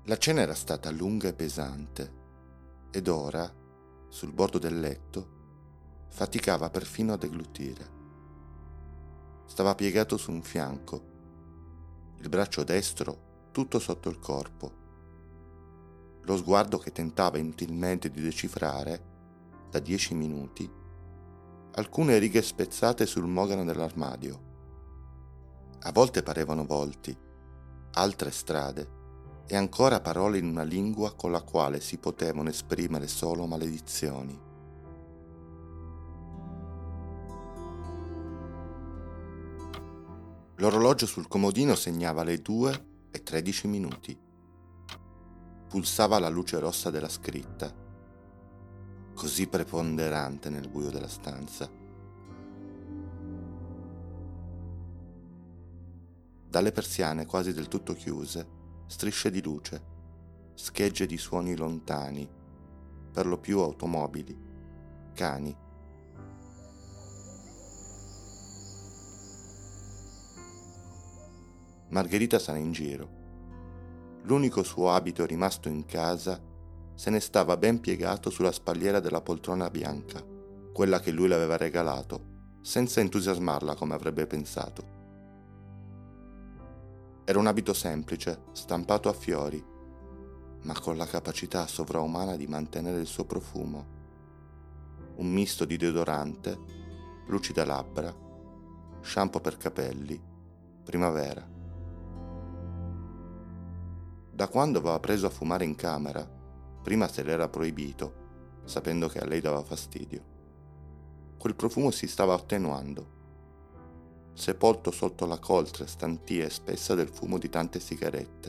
La cena era stata lunga e pesante ed ora, sul bordo del letto, faticava perfino a deglutire. Stava piegato su un fianco, il braccio destro tutto sotto il corpo, lo sguardo che tentava inutilmente di decifrare, da 10 minuti, alcune righe spezzate sul mogano dell'armadio. A volte parevano volti, altre strade, e ancora parole in una lingua con la quale si potevano esprimere solo maledizioni. L'orologio sul comodino segnava le 2:13. Pulsava la luce rossa della scritta, così preponderante nel buio della stanza. Dalle persiane quasi del tutto chiuse, strisce di luce, schegge di suoni lontani, per lo più automobili, cani. Margherita sarà in giro. L'unico suo abito rimasto in casa se ne stava ben piegato sulla spalliera della poltrona bianca, quella che lui le aveva regalato, senza entusiasmarla come avrebbe pensato. Era un abito semplice, stampato a fiori, ma con la capacità sovraumana di mantenere il suo profumo. Un misto di deodorante, lucida labbra, shampoo per capelli, primavera. Da quando aveva preso a fumare in camera, prima se l'era proibito, sapendo che a lei dava fastidio, quel profumo si stava attenuando, sepolto sotto la coltre stantia e spessa del fumo di tante sigarette.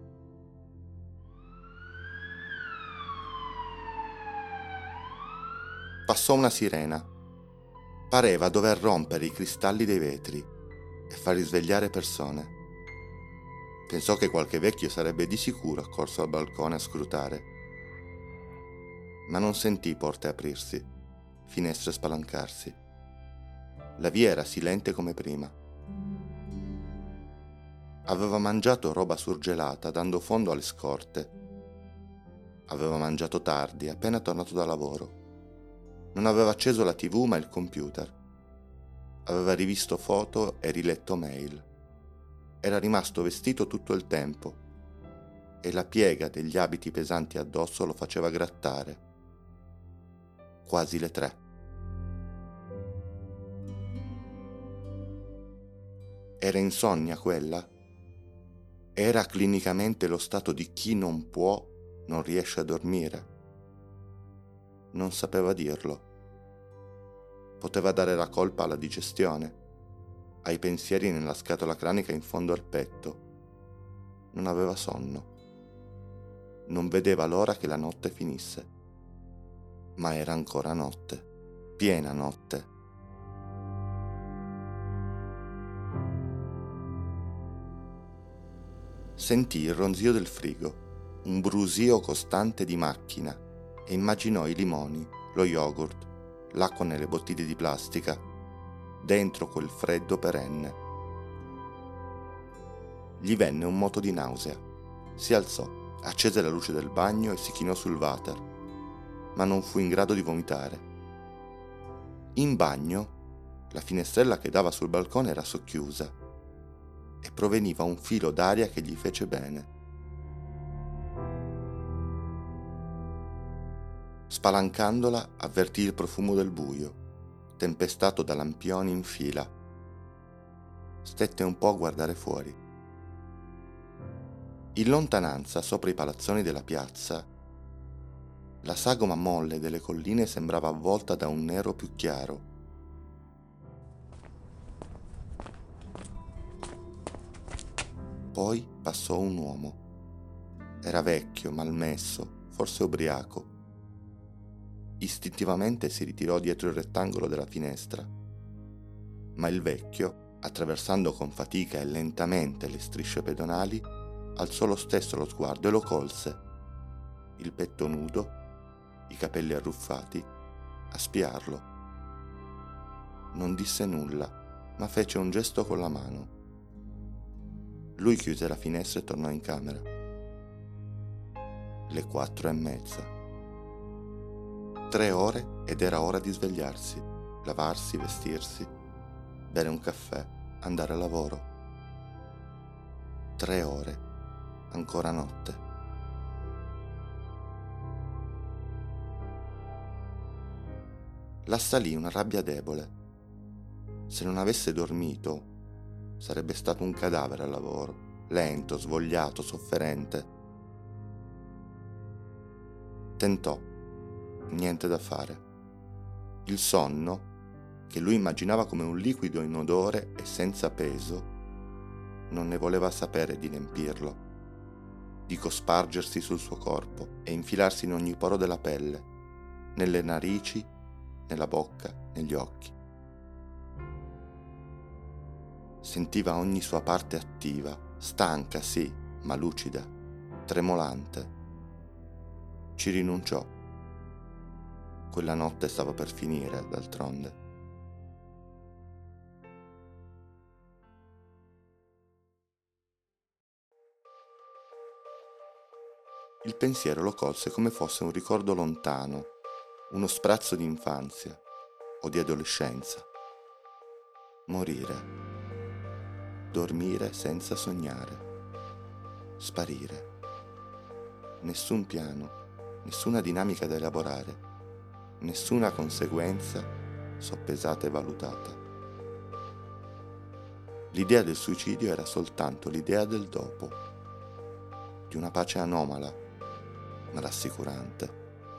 Passò una sirena. Pareva dover rompere i cristalli dei vetri e far risvegliare persone. Pensò che qualche vecchio sarebbe di sicuro accorso al balcone a scrutare. Ma non sentì porte aprirsi, finestre spalancarsi. La via era silente come prima. Aveva mangiato roba surgelata dando fondo alle scorte. Aveva mangiato tardi, appena tornato da lavoro. Non aveva acceso la TV ma il computer. Aveva rivisto foto e riletto mail. Era rimasto vestito tutto il tempo e la piega degli abiti pesanti addosso lo faceva grattare. Quasi le 3. Era insonnia quella? Era clinicamente lo stato di chi non riesce a dormire? Non sapeva dirlo. Poteva dare la colpa alla digestione, ai pensieri nella scatola cranica in fondo al petto. Non aveva sonno. Non vedeva l'ora che la notte finisse. Ma era ancora notte, piena notte. Sentì il ronzio del frigo, un brusio costante di macchina e immaginò i limoni, lo yogurt, l'acqua nelle bottiglie di plastica, dentro quel freddo perenne. Gli venne un moto di nausea. Si alzò, accese la luce del bagno e si chinò sul water, ma non fu in grado di vomitare. In bagno, la finestrella che dava sul balcone era socchiusa e proveniva un filo d'aria che gli fece bene. Spalancandola avvertì il profumo del buio, tempestato da lampioni in fila. Stette un po' a guardare fuori. In lontananza, sopra i palazzoni della piazza, la sagoma molle delle colline sembrava avvolta da un nero più chiaro. Poi passò un uomo. Era vecchio, malmesso, forse ubriaco. Istintivamente si ritirò dietro il rettangolo della finestra, ma il vecchio, attraversando con fatica e lentamente le strisce pedonali, alzò lo stesso lo sguardo e lo colse, il petto nudo, i capelli arruffati, a spiarlo. Non disse nulla, ma fece un gesto con la mano. Lui chiuse la finestra e tornò in camera. le 4:30. 3 ore ed era ora di svegliarsi, lavarsi, vestirsi, bere un caffè, andare a lavoro. 3 ore, ancora notte. L'assalì una rabbia debole. Se non avesse dormito, sarebbe stato un cadavere al lavoro, lento, svogliato, sofferente. Tentò, niente da fare. Il sonno, che lui immaginava come un liquido inodore e senza peso, non ne voleva sapere di riempirlo, di cospargersi sul suo corpo e infilarsi in ogni poro della pelle, nelle narici, nella bocca, negli occhi. Sentiva ogni sua parte attiva, stanca sì, ma lucida, tremolante. Ci rinunciò. Quella notte stava per finire, d'altronde. Il pensiero lo colse come fosse un ricordo lontano, uno sprazzo di infanzia o di adolescenza. Morire, dormire senza sognare, sparire. Nessun piano, nessuna dinamica da elaborare, nessuna conseguenza soppesata e valutata. L'idea del suicidio era soltanto l'idea del dopo, di una pace anomala, ma rassicurante.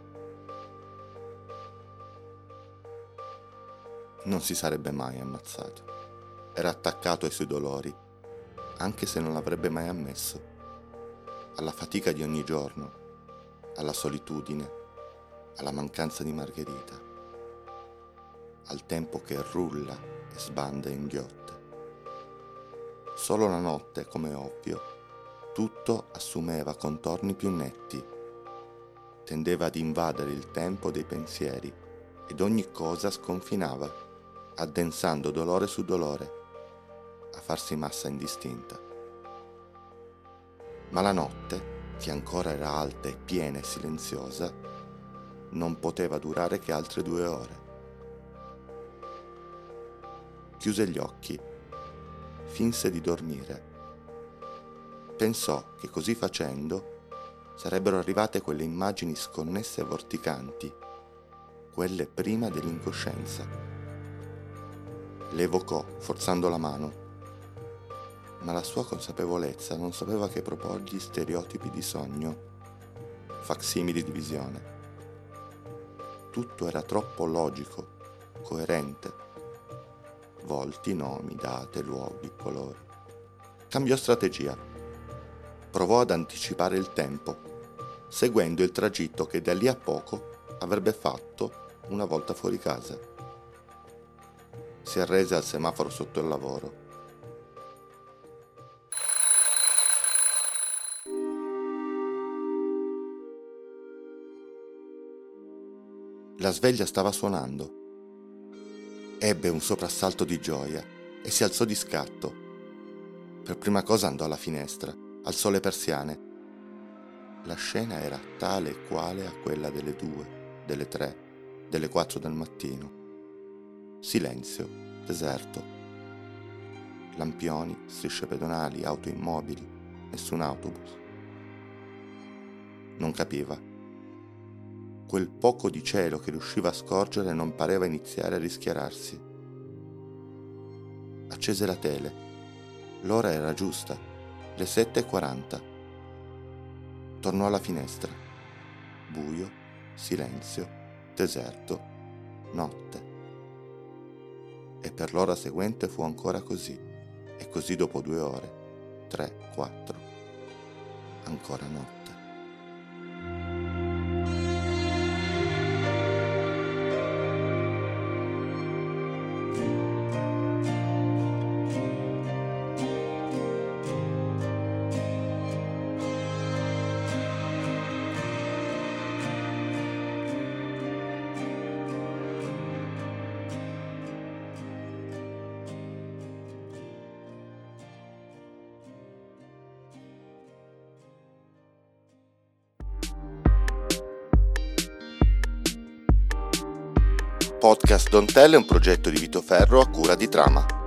Non si sarebbe mai ammazzato. Era attaccato ai suoi dolori, anche se non l'avrebbe mai ammesso, alla fatica di ogni giorno, alla solitudine, alla mancanza di Margherita, al tempo che rulla e sbanda e inghiotte. Solo la notte, come ovvio, tutto assumeva contorni più netti, tendeva ad invadere il tempo dei pensieri ed ogni cosa sconfinava, addensando dolore su dolore, a farsi massa indistinta. Ma la notte, che ancora era alta e piena e silenziosa, non poteva durare che altre 2 ore. Chiuse gli occhi, finse di dormire. Pensò che così facendo sarebbero arrivate quelle immagini sconnesse e vorticanti, quelle prima dell'incoscienza. Le evocò forzando la mano, ma la sua consapevolezza non sapeva che proporgli stereotipi di sogno, facsimili di visione. Tutto era troppo logico, coerente. Volti, nomi, date, luoghi, colori. Cambiò strategia. Provò ad anticipare il tempo, seguendo il tragitto che da lì a poco avrebbe fatto una volta fuori casa. Si arrese al semaforo sotto il lavoro. La sveglia stava suonando. Ebbe un soprassalto di gioia e si alzò di scatto. Per prima cosa andò alla finestra, alzò le persiane. La scena era tale e quale a quella delle 2, delle 3, delle 4 del mattino. Silenzio, deserto. Lampioni, strisce pedonali, auto immobili, nessun autobus. Non capiva. Quel poco di cielo che riusciva a scorgere non pareva iniziare a rischiararsi. Accese la tele. L'ora era giusta, le 7:40. Tornò alla finestra. Buio, silenzio, deserto, notte. E per l'ora seguente fu ancora così, e così dopo 2 ore, 3, 4, ancora notte. Podcast Don't Tell è un progetto di Vito Ferro a cura di Trama.